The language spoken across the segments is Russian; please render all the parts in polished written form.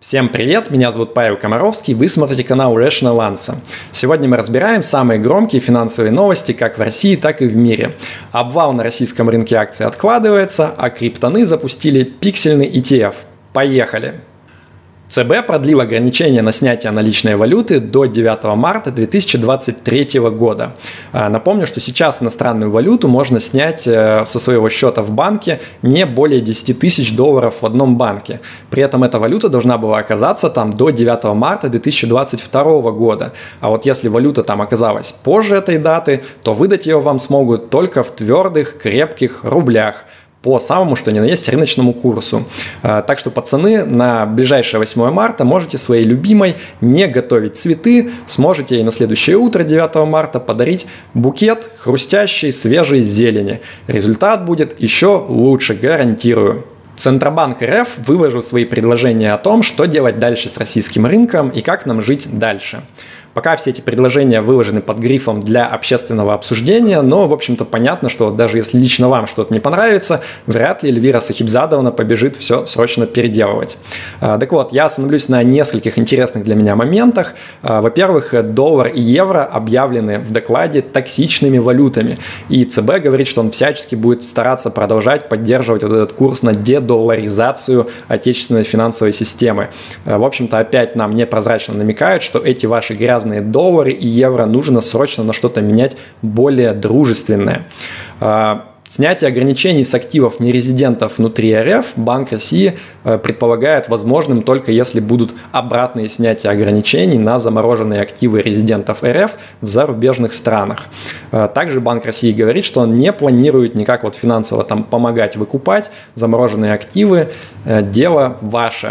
Всем привет, меня зовут Павел Комаровский, вы смотрите канал Rational Answer. Сегодня мы разбираем самые громкие финансовые новости как в России, так и в мире. Обвал на российском рынке акций откладывается, а криптоны запустили пиксельный ETF. Поехали! ЦБ продлил ограничения на снятие наличной валюты до 9 марта 2023 года. Напомню, что сейчас иностранную валюту можно снять со своего счета в банке не более 10 тысяч долларов в одном банке. При этом эта валюта должна была оказаться там до 9 марта 2022 года. А вот если валюта там оказалась позже этой даты, то выдать ее вам смогут только в твердых, крепких рублях, по самому, что ни на есть, рыночному курсу. Так что, пацаны, на ближайшее 8 марта можете своей любимой не готовить цветы, сможете ей на следующее утро, 9 марта, подарить букет хрустящей свежей зелени. Результат будет еще лучше, гарантирую. Центробанк РФ выложил свои предложения о том, что делать дальше с российским рынком и как нам жить дальше. Пока все эти предложения выложены под грифом для общественного обсуждения, но, в общем-то, понятно, что даже если лично вам что-то не понравится, вряд ли Эльвира Сахибзадовна побежит все срочно переделывать. Так вот, я остановлюсь на нескольких интересных для меня моментах. Во-первых, доллар и евро объявлены в докладе токсичными валютами, и ЦБ говорит, что он всячески будет стараться продолжать поддерживать вот этот курс на дедолларизацию отечественной финансовой системы. В общем-то, опять нам непрозрачно намекают, что эти ваши грязные доллары и евро нужно срочно на что-то менять более дружественное. Снятие ограничений с активов нерезидентов внутри РФ Банк России предполагает возможным только если будут обратные снятия ограничений на замороженные активы резидентов РФ в зарубежных странах. Также Банк России говорит, что он не планирует никак вот финансово там помогать выкупать замороженные активы. Дело ваше.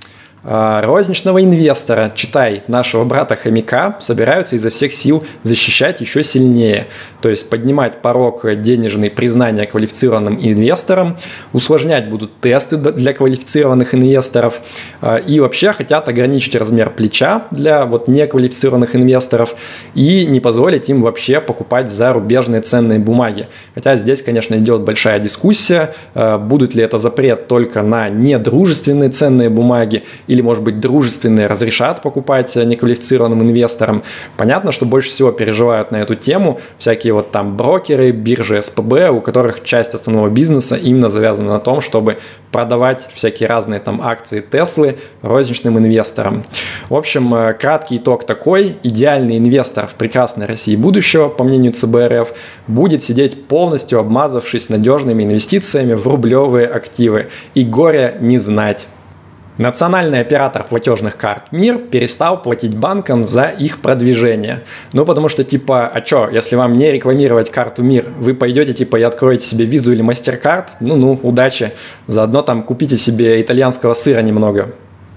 Розничного инвестора, читай, нашего брата-хомяка, собираются изо всех сил защищать еще сильнее. То есть поднимать порог денежный признания квалифицированным инвесторам, усложнять будут тесты для квалифицированных инвесторов и вообще хотят ограничить размер плеча для вот неквалифицированных инвесторов и не позволить им вообще покупать зарубежные ценные бумаги. Хотя здесь, конечно, идет большая дискуссия, будет ли это запрет только на недружественные ценные бумаги, или, может быть, дружественные разрешат покупать неквалифицированным инвесторам. Понятно, что больше всего переживают на эту тему всякие вот там брокеры, биржи СПБ, у которых часть основного бизнеса именно завязана на том, чтобы продавать всякие разные там акции Теслы розничным инвесторам. В общем, краткий итог такой. Идеальный инвестор в прекрасной России будущего, по мнению ЦБ РФ, будет сидеть полностью обмазавшись надежными инвестициями в рублевые активы и горя не знать. Национальный оператор платежных карт МИР перестал платить банкам за их продвижение. Ну, потому что, типа, а чё, если вам не рекламировать карту МИР, вы пойдете, типа, и откроете себе визу или MasterCard, ну, удачи. Заодно там купите себе итальянского сыра немного.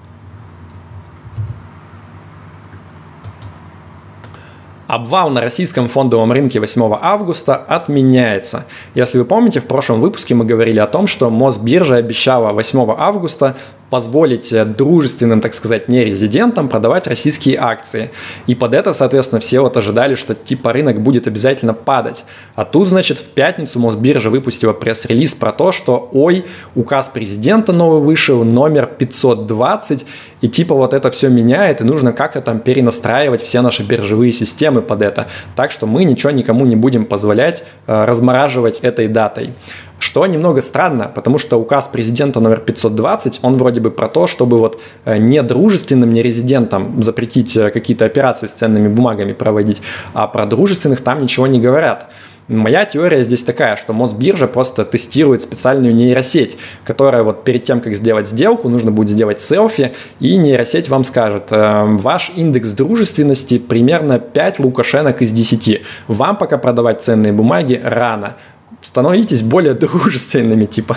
Обвал на российском фондовом рынке 8 августа отменяется. Если вы помните, в прошлом выпуске мы говорили о том, что Мосбиржа обещала 8 августа позволить дружественным, так сказать, нерезидентам продавать российские акции. И под это, соответственно, все вот ожидали, что типа рынок будет обязательно падать. А тут, значит, в пятницу Мосбиржа выпустила пресс-релиз про то, что указ президента новый вышел, номер 520, и типа вот это все меняет, и нужно как-то там перенастраивать все наши биржевые системы под это. Так что мы ничего никому не будем позволять размораживать этой датой. Что немного странно, потому что указ президента номер 520, он вроде бы про то, чтобы вот недружественным нерезидентам запретить какие-то операции с ценными бумагами проводить, а про дружественных там ничего не говорят. Моя теория здесь такая, что Мосбиржа просто тестирует специальную нейросеть, которая вот перед тем, как сделать сделку, нужно будет сделать селфи, и нейросеть вам скажет: ваш индекс дружественности примерно 5 лукашенок из 10. Вам пока продавать ценные бумаги рано. Становитесь более дружественными, типа.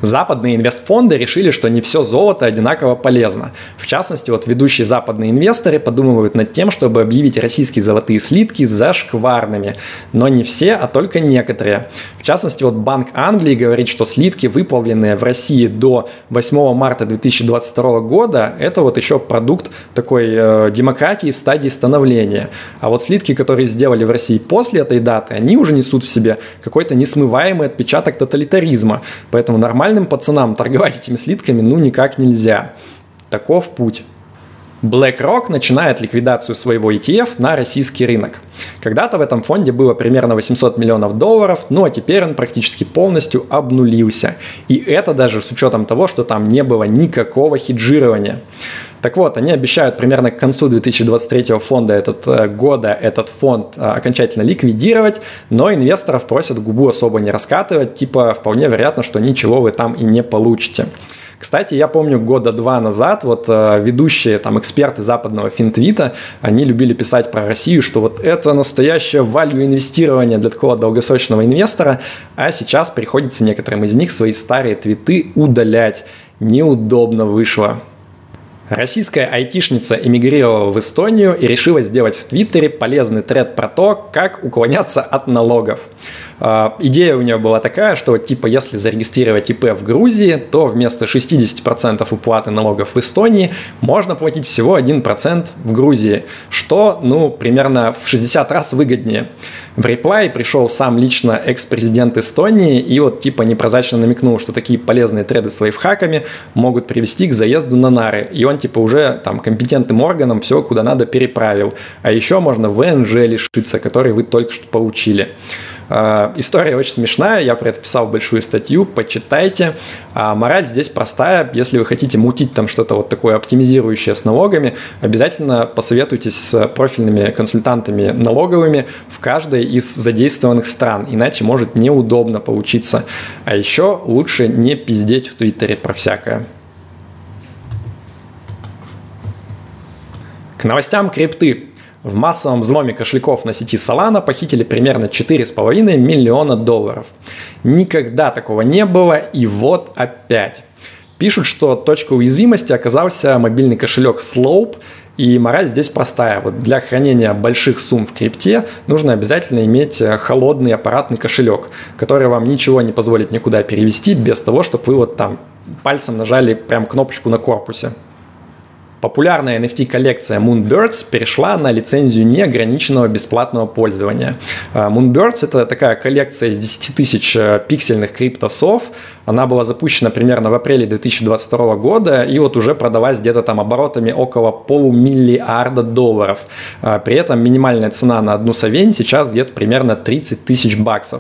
Западные инвестфонды решили, что не все золото одинаково полезно. В частности, вот ведущие западные инвесторы подумывают над тем, чтобы объявить российские золотые слитки зашкварными. Но не все, а только некоторые. В частности, вот Банк Англии говорит, что слитки, выплавленные в России до 8 марта 2022 года, это вот еще продукт такой демократии в стадии становления. А вот слитки, которые сделали в России после этой даты, они уже несут в себе какой-то несмываемый отпечаток тоталитаризма. Поэтому нормальным пацанам торговать этими слитками никак нельзя. Таков путь. BlackRock начинает ликвидацию своего ETF на российский рынок. Когда-то в этом фонде было примерно $800 миллионов, а теперь он практически полностью обнулился. И это даже с учетом того, что там не было никакого хеджирования. Так вот, они обещают примерно к концу 2023 года этот фонд окончательно ликвидировать, но инвесторов просят губу особо не раскатывать, вполне вероятно, что ничего вы там и не получите. Кстати, я помню, года 2 назад ведущие эксперты западного финтвита, они любили писать про Россию, что это настоящее value инвестирование для такого долгосрочного инвестора, а сейчас приходится некоторым из них свои старые твиты удалять. Неудобно вышло. Российская айтишница эмигрировала в Эстонию и решила сделать в Твиттере полезный тред про то, как уклоняться от налогов. Идея у нее была такая, что если зарегистрировать ИП в Грузии, то вместо 60% уплаты налогов в Эстонии можно платить всего 1% в Грузии, что примерно в 60 раз выгоднее. В реплай пришел сам лично экс-президент Эстонии и непрозрачно намекнул, что такие полезные треды с лайфхаками могут привести к заезду на нары. И он уже компетентным органам все куда надо переправил. А еще можно ВНЖ лишиться, который вы только что получили. История очень смешная, я про это писал большую статью, почитайте. Мораль здесь простая, если вы хотите мутить что-то такое оптимизирующее с налогами, обязательно посоветуйтесь с профильными консультантами налоговыми в каждой из задействованных стран, иначе может неудобно получиться. А еще лучше не пиздеть в Твиттере про всякое. К новостям крипты. В массовом взломе кошельков на сети Solana похитили примерно $4,5 миллиона. Никогда такого не было, и вот опять. Пишут, что точкой уязвимости оказался мобильный кошелек Slope, и мораль здесь простая. Для хранения больших сумм в крипте нужно обязательно иметь холодный аппаратный кошелек, который вам ничего не позволит никуда перевести без того, чтобы вы пальцем нажали прям кнопочку на корпусе. Популярная NFT-коллекция Moonbirds перешла на лицензию неограниченного бесплатного пользования. Moonbirds – это такая коллекция из 10 тысяч пиксельных криптосов. Она была запущена примерно в апреле 2022 года и уже продалась где-то оборотами около $500 миллиарда. При этом минимальная цена на одну совень сейчас где-то примерно $30 тысяч.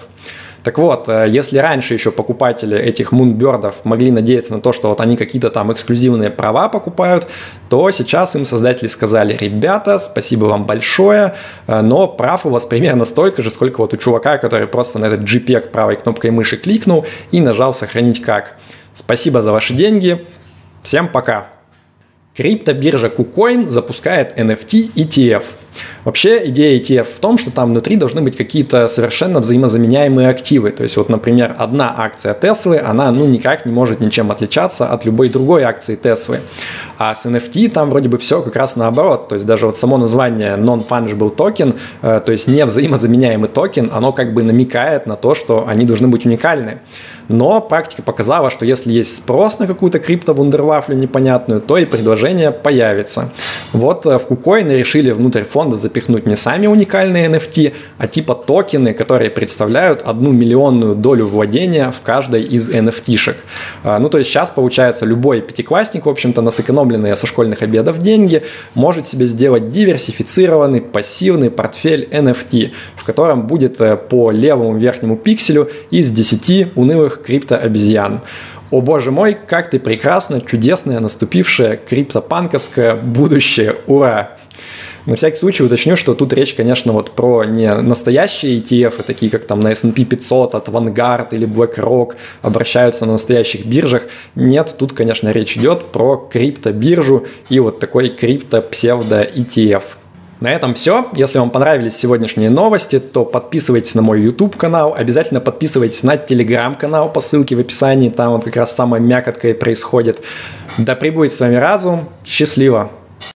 Так вот, если раньше еще покупатели этих Moonbird'ов могли надеяться на то, что они какие-то эксклюзивные права покупают, то сейчас им создатели сказали: ребята, спасибо вам большое, но прав у вас примерно столько же, сколько у чувака, который просто на этот JPEG правой кнопкой мыши кликнул и нажал «Сохранить как». Спасибо за ваши деньги. Всем пока. Криптобиржа KuCoin запускает NFT ETF. Вообще идея ETF в том, что там внутри должны быть какие-то совершенно взаимозаменяемые активы. То есть например, одна акция Теслы, она никак не может ничем отличаться от любой другой акции Теслы. А с NFT там вроде бы все как раз наоборот. То есть даже само название Non-Fungible Token, то есть невзаимозаменяемый токен, оно намекает на то, что они должны быть уникальны. Но практика показала, что если есть спрос на какую-то крипто-вундервафлю непонятную, то и предложение появится. В KuCoin решили внутрь фонда запихнуть не сами уникальные NFT, а токены, которые представляют 1 миллионную долю владения в каждой из NFT-шек. То есть сейчас, получается, любой пятиклассник, в общем-то, на сэкономленные со школьных обедов деньги может себе сделать диверсифицированный пассивный портфель NFT, в котором будет по левому верхнему пикселю из 10 унылых крипто-обезьян. О боже мой, как ты прекрасно, чудесное, наступившее криптопанковское будущее. Ура! На всякий случай уточню, что тут речь, конечно, про не настоящие ETF, такие как на S&P 500 от Vanguard или BlackRock обращаются на настоящих биржах. Нет, тут, конечно, речь идет про криптобиржу и такой крипто-псевдо-ETF. На этом все. Если вам понравились сегодняшние новости, то подписывайтесь на мой YouTube-канал, обязательно подписывайтесь на Telegram-канал по ссылке в описании, там вот как раз самая мякотка и происходит. Да пребудет с вами разум. Счастливо!